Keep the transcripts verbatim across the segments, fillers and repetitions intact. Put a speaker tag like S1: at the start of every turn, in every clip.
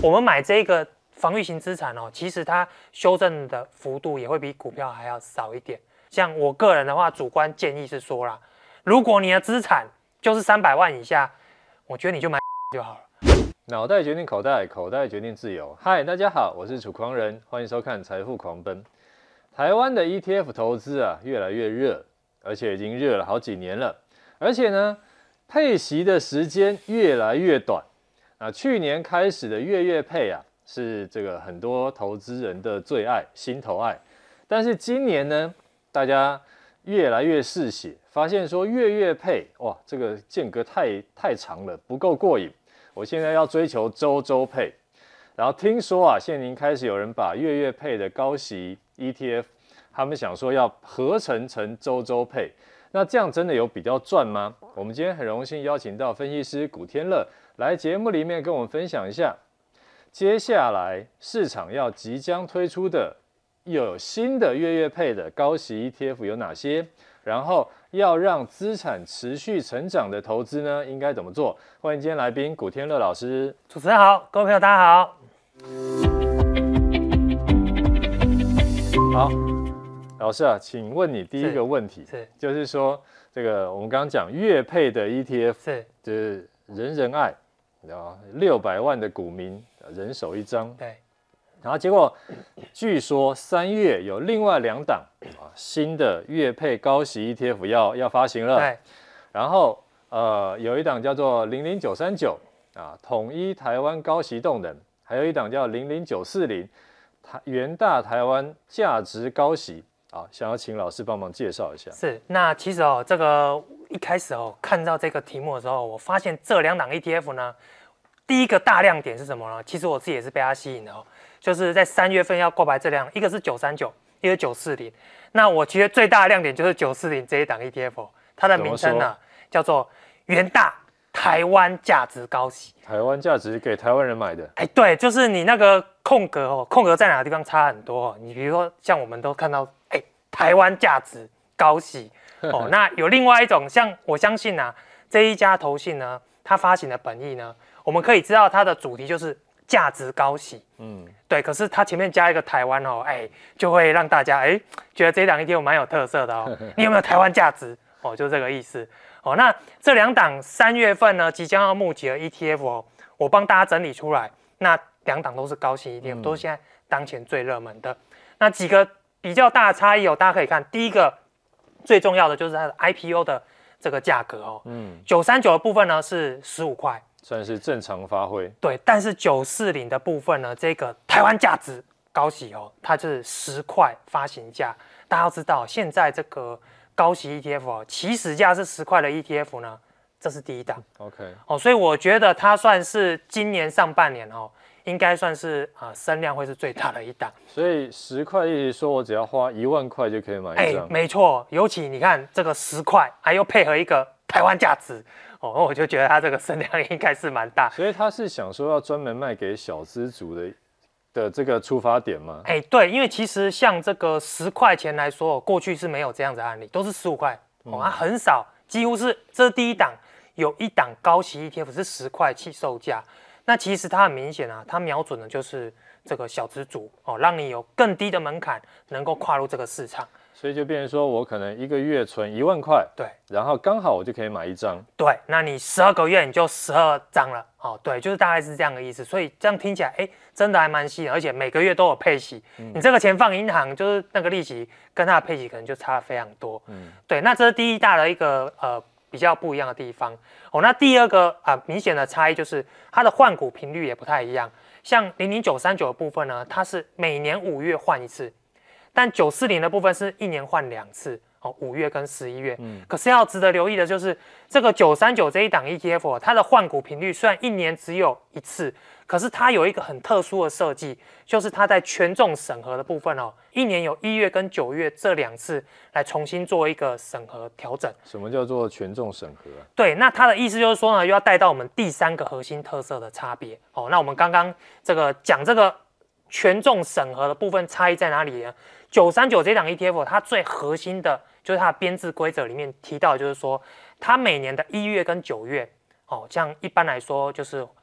S1: 我们买这个防御型资产哦，其实它修正的幅度也会比股票还要少一点。像我个人的话，主观建议是说啦，如果你的资产就是三百万以下，我觉得你就买就好了。
S2: 脑袋决定口袋，口袋决定自由。嗨，大家好，我是楚狂人，欢迎收看《财富狂奔》。台湾的 E T F 投资啊，越来越热，而且已经热了好几年了。而且呢，配息的时间越来越短。啊，去年开始的月月配啊，是这个很多投资人的最爱，心头爱。但是今年呢，大家越来越嗜血，发现说月月配，哇，这个间隔太太长了，不够过瘾。我现在要追求周周配，然后听说啊，现在已经开始有人把月月配的高息 E T F， 他们想说要合成成周周配，那这样真的有比较赚吗？我们今天很荣幸邀请到分析师古天乐来节目里面跟我们分享一下，接下来市场要即将推出的又有新的月月配的高息 E T F 有哪些？然后要让资产持续成长的投资呢，应该怎么做？欢迎今天来宾古天乐老师。
S1: 主持人好，各位朋友大家好。
S2: 好，老师啊，请问你第一个问题是，就是说这个我们刚刚讲月配的 E T F 是，就是人人爱，啊，六百万的股民人手一张，
S1: 对。
S2: 然后结果，据说三月有另外两档啊新的月配高息 E T F 要要发行了。对。然后呃有一档叫做零零九三九啊统一台湾高息动能，还有一档叫零零九四零台元大台湾价值高息啊，想要请老师帮忙介绍一下。
S1: 是，那其实哦这个一开始哦看到这个题目的时候，我发现这两档 E T F 呢，第一个大亮点是什么呢？其实我自己也是被它吸引的哦。就是在三月份要挂牌这两，一个是九三九，一个是九四零。那我觉得最大的亮点就是九四零这一档 E T F， 它的名称呢叫做元大台湾价值高息。
S2: 台湾价值给台湾人买的。
S1: 哎，对，就是你那个空格哦，空格在哪个地方差很多哦。你比如说像我们都看到，哎，台湾价值高息哦。那有另外一种，像我相信啊，这一家投信呢，它发行的本意呢，我们可以知道它的主题就是价值高息，嗯，对，可是它前面加一个台湾哦，哎，就会让大家哎觉得这一档 E T F 蛮有特色的哦。你有没有台湾价值？哦，就这个意思哦。那这两档三月份呢即将要募集的 E T F 哦，我帮大家整理出来，那两档都是高息 E T F，、嗯、都是现在当前最热门的。那几个比较大的差异哦，大家可以看，第一个最重要的就是它的 I P O 的这个价格哦，嗯，九三九的部分呢是十五块。
S2: 算是正常发挥，
S1: 对，但是九四零的部分呢，这个台湾价值高息哦，它就是十块发行价。大家要知道，现在这个高息 E T F 哦，起始价是十块的 E T F 呢，这是第一档。
S2: OK，
S1: 哦，所以我觉得它算是今年上半年哦，应该算是啊、呃、声量会是最大的一档。
S2: 所以十块，意思说我只要花一万块就可以买一张。
S1: 哎，没错，尤其你看这个十块，还又配合一个台湾价值。哦，我就觉得它这个声量应该是蛮大，
S2: 所以他是想说要专门卖给小资族的的这个出发点吗？
S1: 哎，对，因为其实像这个十块钱来说，过去是没有这样子的案例，都是十五块，哦，它很少，几乎是这是第一档，有一档高息 E T F 是十块起售价，那其实它很明显啊，它瞄准的就是这个小资族哦，让你有更低的门槛能够跨入这个市场。
S2: 所以就变成说我可能一个月存一万块，
S1: 对，
S2: 然后刚好我就可以买一张，
S1: 对，那你十二个月你就十二张了，哦，对，就是大概是这样的意思。所以这样听起来，哎，真的还蛮吸引，而且每个月都有配息，嗯、你这个钱放银行，就是那个利息跟它的配息可能就差了非常多，嗯，对，那这是第一大的一个呃比较不一样的地方。哦，那第二个啊、呃、明显的差异就是它的换股频率也不太一样，像零零九三九的部分呢，它是每年五月换一次。但九四零的部分是一年换两次，哦，五月跟十一月。嗯，可是要值得留意的就是，这个九三九这一档 E T F，、哦、它的换股频率虽然一年只有一次，可是它有一个很特殊的设计，就是它在权重审核的部分哦，一年有一月跟九月这两次来重新做一个审核调整。
S2: 什么叫做权重审核啊？
S1: 对，那它的意思就是说呢，又要带到我们第三个核心特色的差别。哦，那我们刚刚这个讲这个权重审核的部分差异在哪里呢？九三九这档 E T F， 它最核心的就是它的编制规则里面提到，就是说它每年的一月跟九月，哦，像一般来说就是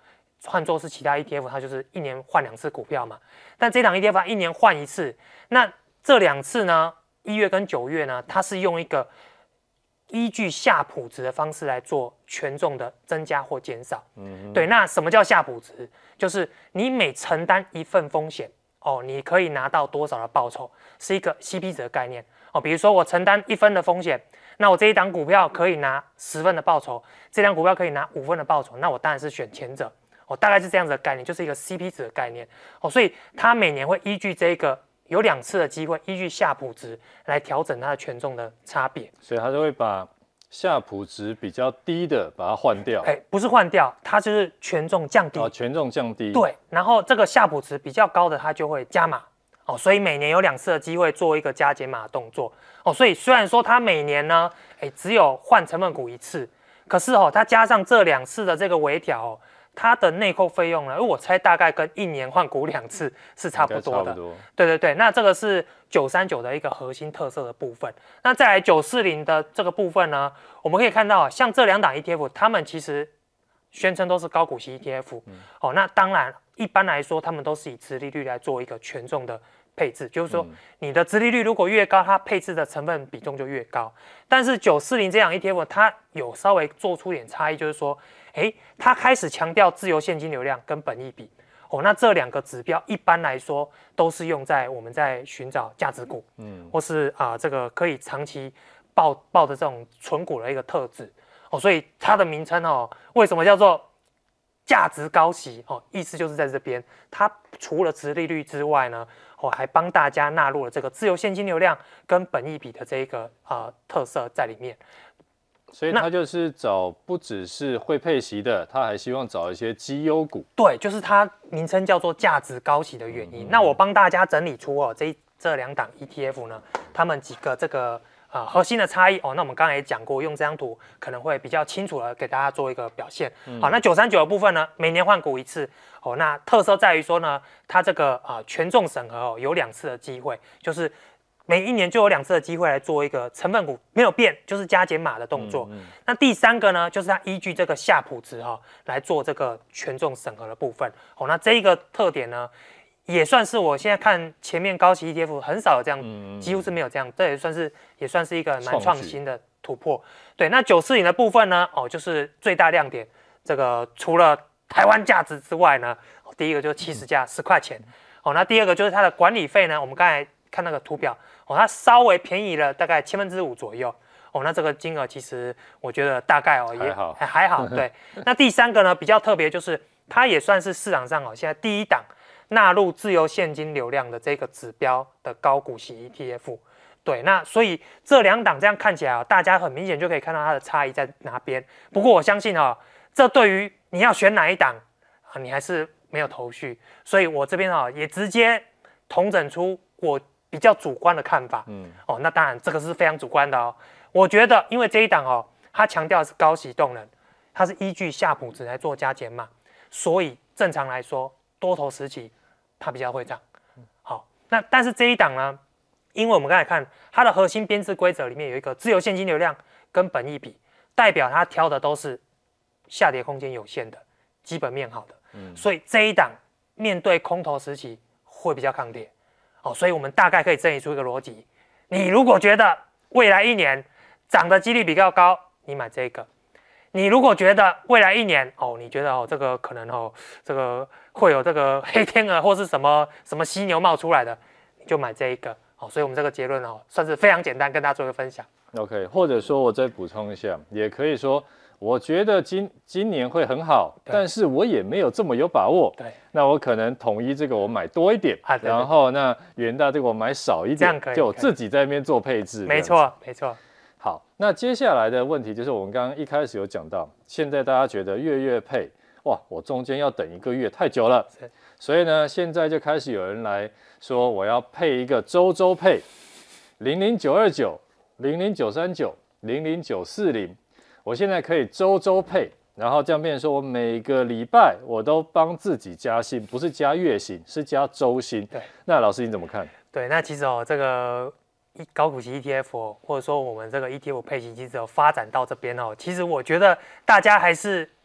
S1: 换作是其他 E T F， 它就是一年换两次股票嘛。但这档 E T F 它一年换一次，那这两次呢，一月跟九月呢，它是用一个依据夏普值的方式来做权重的增加或减少。嗯，对。那什么叫夏普值？就是你每承担一份风险哦，你可以拿到多少的报酬，是一个 C P 值的概念哦。比如说我承担一分的风险，那我这一档股票可以拿十分的报酬，这档股票可以拿五分的报酬，那我当然是选前者哦。大概是这样子的概念，就是一个 C P 值的概念哦。所以它每年会依据这个有两次的机会，依据夏普值来调整它的权重的差别。
S2: 所以它就会把夏普值比较低的把它换掉。
S1: 哎，不是换掉，它就是权重降低。
S2: 哦，权重降低。
S1: 对，然后这个夏普值比较高的，它就会加码。哦，所以每年有两次的机会做一个加减码的动作。哦，所以虽然说它每年呢，哎，只有换成分股一次，可是哦，它加上这两次的这个微调哦，它的内扣费用呢，因为我猜大概跟一年换股两次是差不多的。差不多。对对对，那这个是九三九的一个核心特色的部分。那再来九四零的这个部分呢，我们可以看到，像这两档 E T F， 它们其实宣称都是高股息 E T F。嗯、哦，那当然一般来说，他们都是以殖利率来做一个权重的配置，就是说你的殖利率如果越高，它配置的成分比重就越高。但是九四零这样 E T F， 它有稍微做出点差异，就是说，哎，它开始强调自由现金流量跟本益比。哦，那这两个指标一般来说都是用在我们在寻找价值股，嗯，或是啊、呃、这个可以长期抱抱的这种存股的一个特质。哦，所以它的名称哦，为什么叫做价值高息？哦，意思就是在这边，它除了殖利率之外呢，哦，还帮大家纳入了这个自由现金流量跟本益比的这一个啊、呃、特色在里面。
S2: 所以他就是找不只是会配息的，他还希望找一些绩优股。
S1: 对，就是它名称叫做价值高息的原因。嗯嗯嗯，那我帮大家整理出哦，这这两档 E T F 呢，他们几个这个呃核心的差异哦。那我们刚才也讲过，用这张图可能会比较清楚的给大家做一个表现。嗯、好，那九三九的部分呢，每年换股一次哦。那特色在于说呢，它这个啊、呃、权重审核哦有两次的机会，就是每一年就有两次的机会来做一个成分股没有变，就是加减码的动作。嗯嗯，那第三个呢，就是它依据这个夏普值哈、哦、来做这个权重审核的部分。哦，那这一个特点呢，也算是我现在看前面高息 E T F 很少有这样，嗯嗯，几乎是没有这样，这也算是也算是一个蛮创新的突破。对，那九四零的部分呢，哦，就是最大亮点，这个除了台湾价值之外呢，哦、第一个就是起始价十块钱。哦，那第二个就是它的管理费呢，我们刚才看那个图表。哦，它稍微便宜了大概千分之五左右。哦，那这个金额其实我觉得大概哦也
S2: 还好，
S1: 还还好。对，那第三个呢比较特别，就是它也算是市场上哦现在第一档纳入自由现金流量的这个指标的高股息 E T F。对，那所以这两档这样看起来哦，大家很明显就可以看到它的差异在哪边。不过我相信哦，这对于你要选哪一档啊，你还是没有头绪。所以我这边哦也直接统整出我比较主观的看法。嗯，哦，那当然这个是非常主观的哦。我觉得，因为这一档哦，它强调的是高息动能，它是依据夏普值来做加减码，所以正常来说，多头时期它比较会涨。好，那但是这一档呢，因为我们刚才看它的核心编制规则里面有一个自由现金流量跟本益比，代表它挑的都是下跌空间有限的、基本面好的，嗯，所以这一档面对空头时期会比较抗跌。哦，所以我们大概可以整理出一个逻辑：你如果觉得未来一年涨的几率比较高，你买这个；你如果觉得未来一年哦，你觉得哦这个可能哦这个会有这个黑天鹅或是什么什么犀牛冒出来的，你就买这一个。哦，所以我们这个结论哦算是非常简单，跟大家做一个分享。
S2: OK， 或者说我再补充一下，也可以说。我觉得今今年会很好，但是我也没有这么有把握。
S1: 对，
S2: 那我可能统一这个我买多一点，啊、对对然后那元大这个我买少一点，
S1: 这样可以，
S2: 就我自己在那边做配置。
S1: 没错，没错。
S2: 好，那接下来的问题就是我们刚刚一开始有讲到，现在大家觉得月月配，哇，我中间要等一个月太久了，所以呢，现在就开始有人来说我要配一个周周配，零零九二九、零零九三九、零零九四零。我现在可以周周配，然后这样变成说我每个礼拜我都帮自己加薪，不是加月薪，是加周薪。
S1: 对，
S2: 那老师你怎么看？
S1: 对，那其实哦，这个高股息 E T F、哦、或者说我们这个 E T F 配息，其实有发展到这边哦，其实我觉得大家还是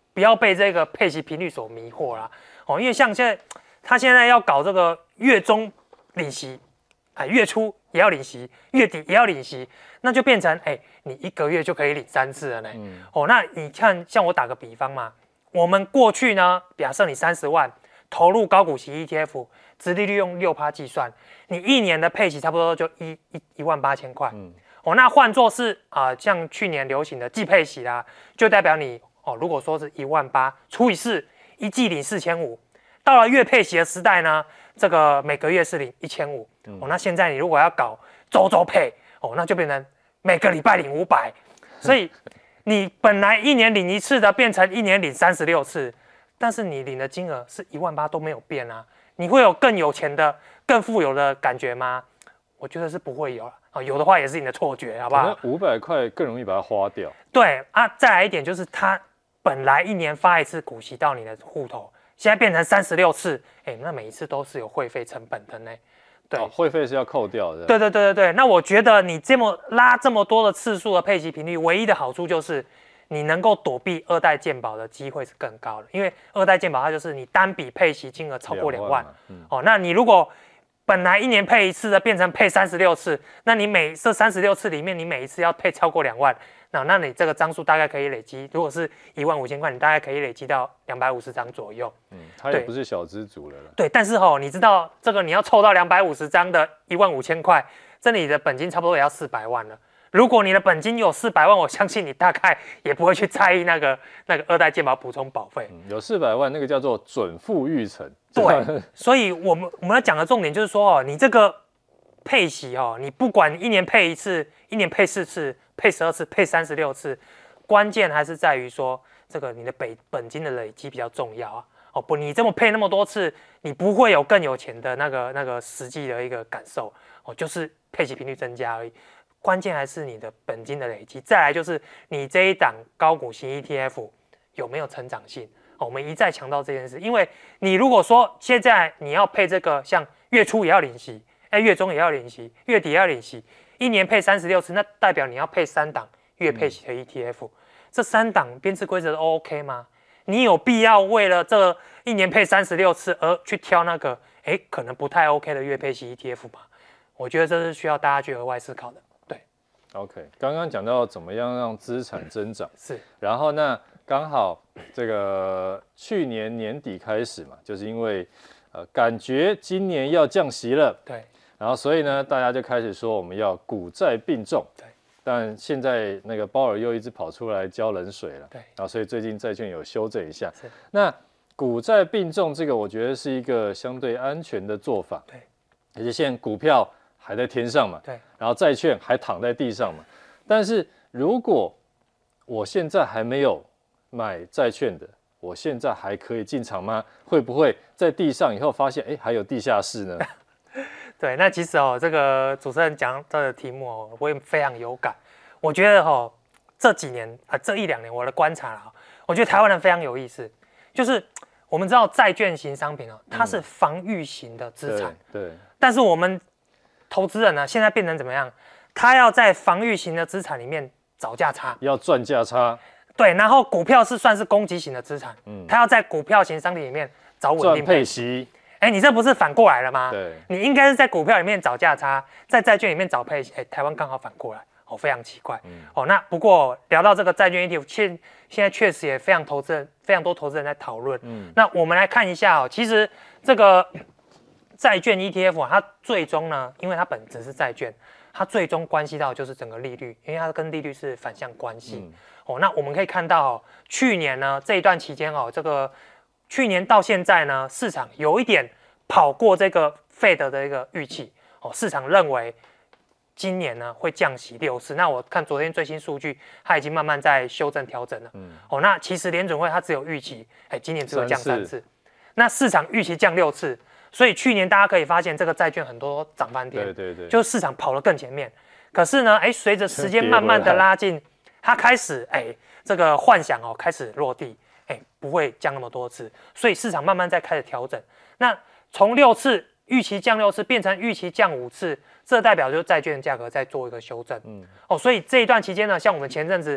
S1: 不要被这个配息频率所迷惑啦。哦，因为像现在他现在要搞这个月中领息，哎，月初也要领息，月底也要领息，那就变成哎，你一个月就可以领三次了呢。嗯、哦，那你看，像我打个比方嘛，我们过去呢，假设你三十万投入高股息 E T F， 殖利率用六趴计算，你一年的配息差不多就一一一万八千块。嗯、哦，那换作是啊、呃，像去年流行的季配息啦，就代表你哦，如果说是一万八除以四，一季领四千五。到了月配息的时代呢，这个每个月是领一千五。哦，那现在你如果要搞周周配，哦，那就变成每个礼拜领五百。所以你本来一年领一次的，变成一年领三十六次，但是你领的金额是一万八都没有变啊。你会有更有钱的、更富有的感觉吗？我觉得是不会有了。哦，有的话也是你的错觉，好不好？
S2: 五百块更容易把它花掉。
S1: 对啊，再来一点就是，它本来一年发一次股息到你的户头。现在变成三十六次，哎，那每一次都是有会费成本的呢。对，
S2: 哦、会费是要扣掉的。
S1: 对对对对对。那我觉得你这么拉这么多的次数的配息频率，唯一的好处就是你能够躲避二代健保的机会是更高的，因为二代健保它就是你单笔配息金额超过两万，嗯、哦，那你如果本来一年配一次的，变成配三十六次，那你每这三十六次里面，你每一次要配超过两万。那那你这个张数大概可以累积，如果是一万五千块，你大概可以累积到两百五十张左右。
S2: 嗯，它也不是小资族了啦。
S1: 对，但是吼、哦，你知道这个你要凑到两百五十张的一万五千块，这里的本金差不多也要四百万了。如果你的本金有四百万，我相信你大概也不会去在意那个那个二代健保补充保费。
S2: 嗯、有四百万，那个叫做准付预成。
S1: 对，所以我们我们要讲的重点就是说哦，你这个配息哦，你不管一年配一次，一年配四次。配十二次，配三十六次，关键还是在于说，这个你的本本金的累积比较重要啊。哦不，你这么配那么多次，你不会有更有钱的那个那个实际的一个感受哦，就是配息频率增加而已。关键还是你的本金的累积，再来就是你这一档高股息 E T F 有没有成长性。哦，我们一再强调这件事，因为你如果说现在你要配这个，像月初也要领息，哎，月中也要领息，月底也要领息。一年配三十六次，那代表你要配三档月配息的 E T F，、嗯、这三档编制规则都 OK 吗？你有必要为了这一年配三十六次而去挑那个哎可能不太 OK 的月配息 E T F 吗？我觉得这是需要大家去额外思考的。对
S2: ，OK， 刚刚讲到怎么样让资产增长，
S1: 是，
S2: 然后那刚好这个去年年底开始嘛，就是因为呃感觉今年要降息了，
S1: 对。
S2: 然后，所以呢，大家就开始说我们要股债并重。
S1: 对。
S2: 但现在那个鲍尔又一直跑出来浇冷水了。
S1: 对。
S2: 然后，所以最近债券有修正一下。是。那股债并重这个，我觉得是一个相对安全的做法。
S1: 对。
S2: 而且现在股票还在天上嘛。
S1: 对。
S2: 然后债券还躺在地上嘛。但是如果我现在还没有买债券的，我现在还可以进场吗？会不会在地上以后发现，哎，还有地下室呢？
S1: 对，那其实哦，这个主持人讲这个题目哦，我也非常有感。我觉得哦，这几年啊、呃，这一两年我的观察啊，我觉得台湾人非常有意思，就是我们知道债券型商品哦，它是防御型的资产、
S2: 嗯，对。对
S1: 但是我们投资人呢，现在变成怎么样？他要在防御型的资产里面找价差，
S2: 要赚价差。
S1: 对，然后股票是算是攻击型的资产，嗯，他要在股票型商品里面找稳定配息。哎，你这不是反过来了吗？
S2: 对，
S1: 你应该是在股票里面找价差，在债券里面找配息。哎，台湾刚好反过来，哦，非常奇怪。嗯、哦，那不过聊到这个债券 E T F， 现现在确实也非常投资人，非常多投资人在讨论。嗯，那我们来看一下哦，其实这个债券 E T F 啊，它最终呢，因为它本质是债券，它最终关系到就是整个利率，因为它跟利率是反向关系。嗯、哦，那我们可以看到、哦，去年呢这一段期间哦，这个。去年到现在呢，市场有一点跑过这个 Fed 的一个预期哦，市场认为今年呢会降息六次。那我看昨天最新数据，它已经慢慢在修正调整了。嗯，哦，那其实联准会它只有预期，哎，今年只有降三次，那市场预期降六次，所以去年大家可以发现这个债券很多涨翻天，
S2: 对对对，
S1: 就是市场跑得更前面。可是呢，哎，随着时间慢慢的拉近，它开始哎这个幻想哦开始落地。哎，不会降那么多次，所以市场慢慢在开始调整。那从六次预期降六次变成预期降五次，这代表就是债券价格在做一个修正。嗯，哦，所以这一段期间呢，像我们前阵子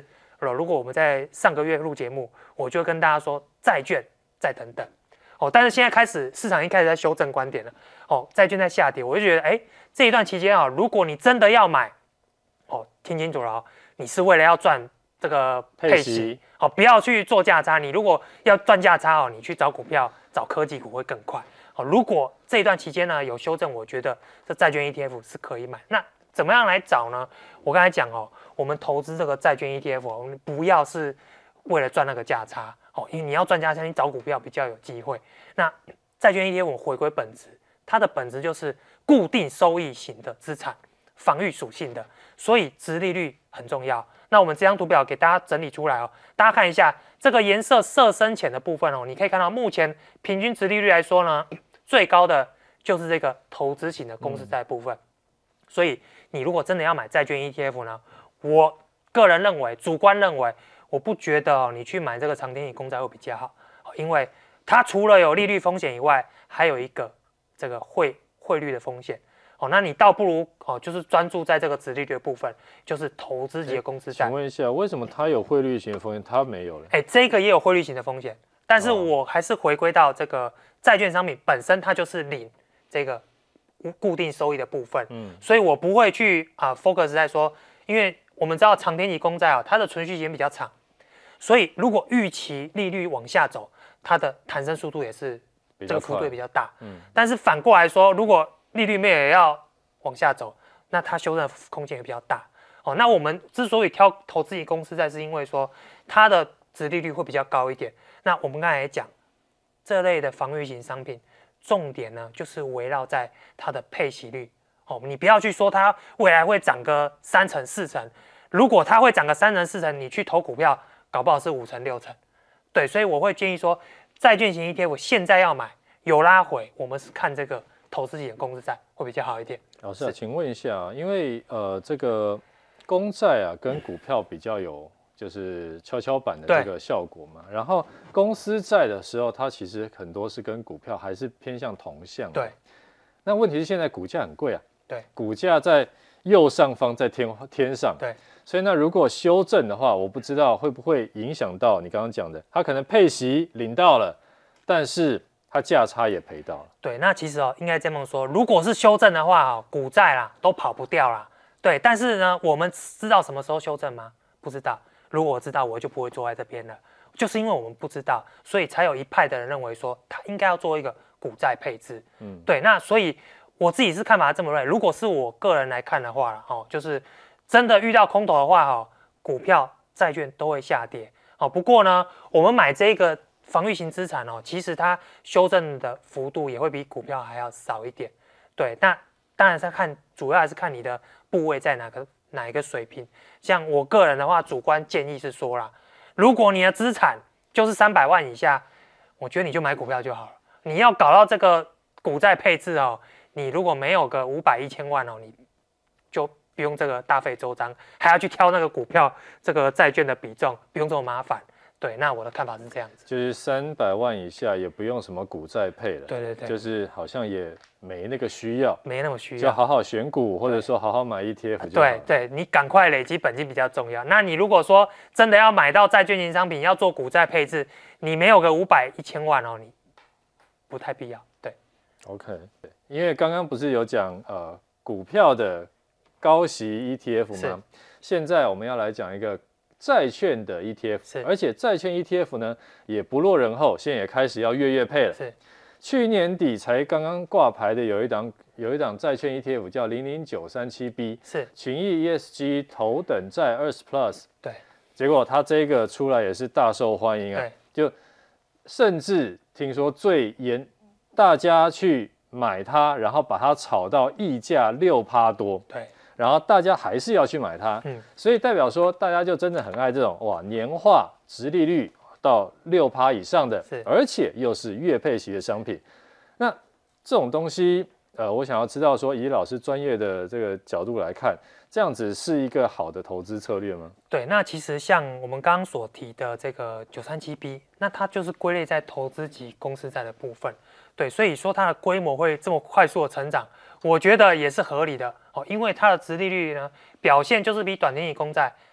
S1: 如果我们在上个月录节目，我就跟大家说债券再等等。哦，但是现在开始市场一开始在修正观点了。哦，债券在下跌，我就觉得，哎，这一段期间啊，如果你真的要买，哦，听清楚了哦，你是为了要赚这个配息，好、哦，不要去做价差。你如果要赚价差哦，你去找股票、找科技股会更快。好、哦，如果这一段期间呢有修正，我觉得这债券 E T F 是可以买。那怎么样来找呢？我刚才讲哦，我们投资这个债券 E T F，我们不要是为了赚那个价差哦，因为你要赚价差，你找股票比较有机会。那债券 E T F 我回归本质，它的本质就是固定收益型的资产，防御属性的，所以殖利率很重要。那我们这张图表给大家整理出来哦，大家看一下这个颜色色深浅的部分哦，你可以看到目前平均殖利率来说呢，最高的就是这个投资型的公司债部分。嗯、所以你如果真的要买债券 E T F 呢，我个人认为，主观认为，我不觉得、哦、你去买这个长天期公债会比较好，因为它除了有利率风险以外，还有一个这个汇汇率的风险。哦，那你倒不如哦，就是专注在这个殖利率的部分，就是投资级的公司债。
S2: 请问一下，为什么它有汇率型的风险，它没有了？
S1: 哎，这个也有汇率型的风险，但是我还是回归到这个债券商品本身，它就是领这个固定收益的部分。嗯，所以我不会去啊、呃、focus 在说，因为我们知道长天期公债啊，它的存续时间比较长，所以如果预期利率往下走，它的弹升速度也是这个幅度也比较大。嗯，但是反过来说，如果利率面也要往下走，那它修正的空间也比较大。哦，那我们之所以挑投资型公司债，是因为说它的殖利率会比较高一点。那我们刚才也讲，这类的防御型商品，重点呢就是围绕在它的配息率。哦，你不要去说它未来会涨个三成四成，如果它会涨个三成四成，你去投股票，搞不好是五成六成。对，所以我会建议说，债券型 E T F 现在要买，有拉回，我们是看这个投资型的公司债会比较好一点。
S2: 老师啊，请问一下啊，因为呃这个公债啊跟股票比较有就是跷跷板的这个效果嘛，然后公司债的时候，它其实很多是跟股票还是偏向同向。
S1: 对。
S2: 那问题是现在股价很贵啊。
S1: 对。
S2: 股价在右上方，在天天上。
S1: 对。
S2: 所以那如果修正的话，我不知道会不会影响到你刚刚讲的，它可能配息领到了，但是它价差也赔到了。
S1: 对，那其实哦，应该这么说，如果是修正的话哦，股债啦都跑不掉啦。对，但是呢，我们知道什么时候修正吗？不知道。如果我知道，我就不会坐在这边了。就是因为我们不知道，所以才有一派的人认为说，他应该要做一个股债配置。嗯，对。那所以我自己是看法这么认为。如果是我个人来看的话，哦，就是真的遇到空头的话，哦，股票、债券都会下跌。哦，不过呢，我们买这个防御型资产哦，其实它修正的幅度也会比股票还要少一点。对，那当然是看，主要还是看你的部位在哪个哪一个水平。像我个人的话，主观建议是说啦，如果你的资产就是三百万以下，我觉得你就买股票就好了。你要搞到这个股债配置哦，你如果没有个五百一千万哦，你就不用这个大费周章，还要去挑那个股票这个债券的比重，不用这么麻烦。对，那我的看法是这样子，
S2: 就是三百万以下也不用什么股债配了，
S1: 对对对，
S2: 就是好像也没那个需要，
S1: 没那么需要，
S2: 就好好选股，或者说好好买 E T F 就好了。
S1: 对对，你赶快累积本金比较重要。那你如果说真的要买到债券型商品，要做股债配置，你没有个五百一千万哦，你不太必要。对
S2: ，OK， 对，因为刚刚不是有讲呃股票的高息 E T F 吗？现在我们要来讲一个债券的 E T F， 而且债券 E T F 呢也不落人后，现在也开始要月月配了。
S1: 是，
S2: 去年底才刚刚挂牌的有一档有一档债券 E T F 叫零零九三七 B，
S1: 是
S2: 群益 E S G 头等债二十 Plus。
S1: 对，
S2: 结果它这个出来也是大受欢迎啊，就甚至听说最严，大家去买它，然后把它炒到溢价六趴多。
S1: 对。
S2: 然后大家还是要去买它，嗯，所以代表说大家就真的很爱这种哇年化殖利率到六趴以上的，而且又是月配息的商品。那这种东西，呃，我想要知道说，以老师专业的这个角度来看，这样子是一个好的投资策略吗？
S1: 对，那其实像我们刚刚所提的这个九三七 B， 那它就是归类在投资级公司债的部分。对，所以说它的规模会这么快速的成长，我觉得也是合理的哦，因为它的殖利率呢表现就是比短天期公债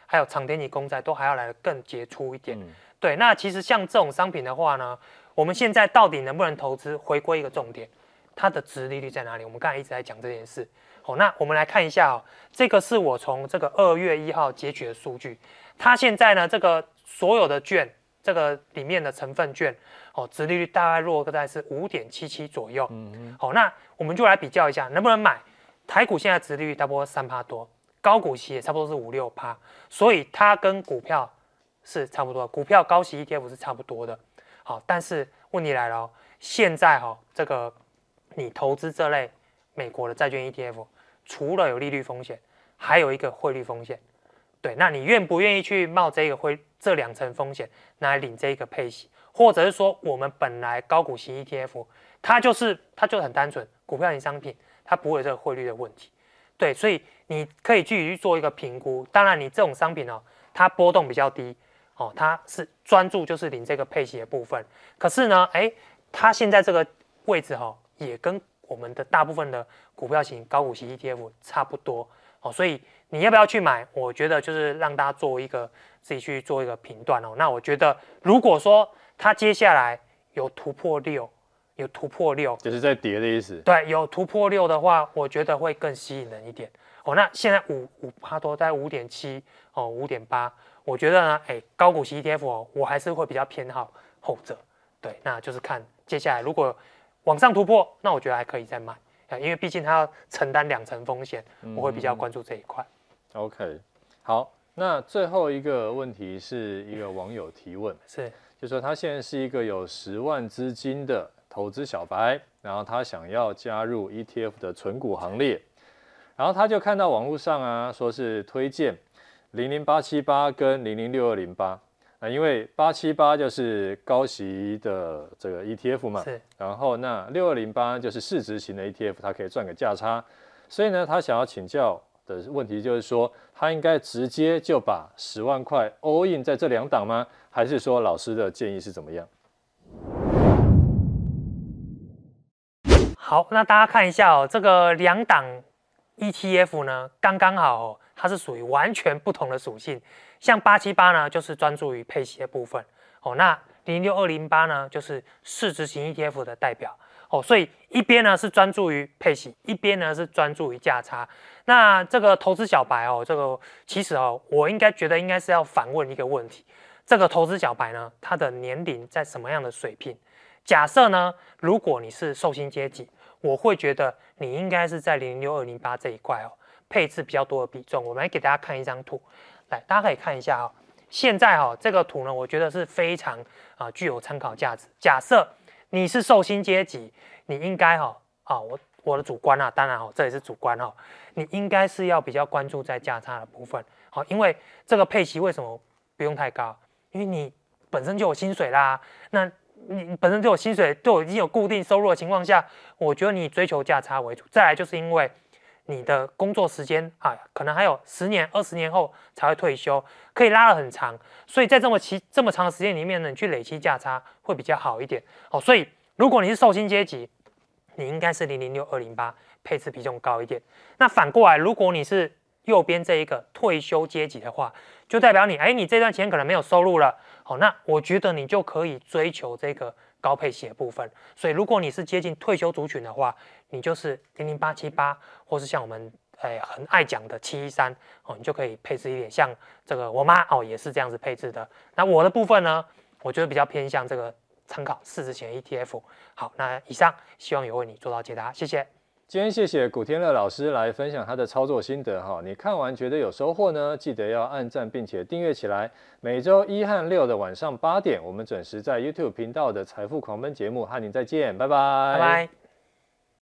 S1: 还有长天期公债都还要来得更杰出一点。
S2: 嗯、
S1: 对，那其实像这种商品的话呢，我们现在到底能不能投资？回归一个重点，它的殖利率在哪里？我们刚才一直在讲这件事。好，那我们来看一下哦，这个是我从这个二月一号截取的数据，它现在呢，这个所有的券，这个里面的成分券，哦，殖利率大概落在是五点七七左右。嗯，好，那我们就来比较一下，能不能买？台股现在殖利率差不多三趴多，高股息也差不多是五六趴，所以它跟股票是差不多的，股票高息 E T F 是差不多的。好，但是问题来了哦，现在哈、哦，这个你投资这类美国的债券 E T F， 除了有利率风险，还有一个汇率风险。对，那你愿不愿意去冒这个汇这两层风险来领这个配息，或者是说我们本来高股息 E T F， 它就是它就很单纯，股票型商品，它不会有这个汇率的问题。对，所以你可以具体去做一个评估。当然，你这种商品哦，它波动比较低哦，它是专注就是领这个配息的部分。可是呢，哎，它现在这个位置哦，也跟我们的大部分的股票型高股息 E T F 差不多哦，所以你要不要去买？我觉得就是让大家做一个自己去做一个评断哦。那我觉得，如果说它接下来有突破六，有突破六，
S2: 就是在跌的意思。
S1: 对，有突破六的话，我觉得会更吸引人一点哦。那现在五五趴多，在五点七哦，五点八，我觉得呢，哎，高股息 E T F 哦，我还是会比较偏好后者。对，那就是看接下来如果往上突破，那我觉得还可以再买，因为毕竟它要承担两层风险，我会比较关注这一块。
S2: 嗯、OK， 好，那最后一个问题是一个网友提问，
S1: 是，
S2: 就说他现在是一个有十万资金的投资小白，然后他想要加入 E T F 的存股行列，然后他就看到网络上啊，说是推荐零零八七八跟零零六二零八。那因为八七八就是高息的这个 E T F 嘛，
S1: 是，
S2: 然后那六二零八就是市值型的 E T F， 它可以赚个价差，所以呢，他想要请教的问题就是说，他应该直接就把十万块 all in 在这两档吗？还是说老师的建议是怎么样？
S1: 好，那大家看一下哦，这个两档 E T F 呢，刚刚好哦，它是属于完全不同的属性。像八七八呢，就是专注于配息的部分哦。那零六二零八呢，就是市值型 E T F 的代表哦。所以一边呢是专注于配息，一边呢是专注于价差。那这个投资小白哦，这个其实哦，我应该觉得应该是要反问一个问题：这个投资小白呢，他的年龄在什么样的水平？假设呢，如果你是受薪阶级，我会觉得你应该是在零六二零八这一块哦，配置比较多的比重。我们来给大家看一张图。来，大家可以看一下哦。现在哈、哦，这个图呢，我觉得是非常啊、呃、具有参考价值。假设你是受薪阶级，你应该哈、哦、啊，我我的主观啊，当然哦，这也是主观哦，你应该是要比较关注在价差的部分。好，因为这个配息为什么不用太高？因为你本身就有薪水啦，那你本身就有薪水，就已经有固定收入的情况下，我觉得你追求价差为主。再来就是因为你的工作时间啊，可能还有十年、二十年后才会退休，可以拉得很长，所以在这么期这么长的时间里面呢，你去累积价差会比较好一点。哦，所以如果你是受薪阶级，你应该是零零六二零八配置比重高一点。那反过来，如果你是右边这一个退休阶级的话，就代表你哎，你这段钱可能没有收入了。好，那我觉得你就可以追求这个高配息的部分。所以如果你是接近退休族群的话，你就是零零八七八，或是像我们哎很爱讲的七一三哦，你就可以配置一点。像这个我妈哦也是这样子配置的。那我的部分呢，我觉得比较偏向这个参考市值型 E T F。好，那以上希望有为你做到解答，谢谢。
S2: 今天谢谢古天乐老师来分享他的操作心得哈，你看完觉得有收获呢，记得要按赞并且订阅起来。每周一和六的晚上八点，我们准时在 YouTube 频道的财富狂奔节目和您再见，拜拜。
S1: 拜拜。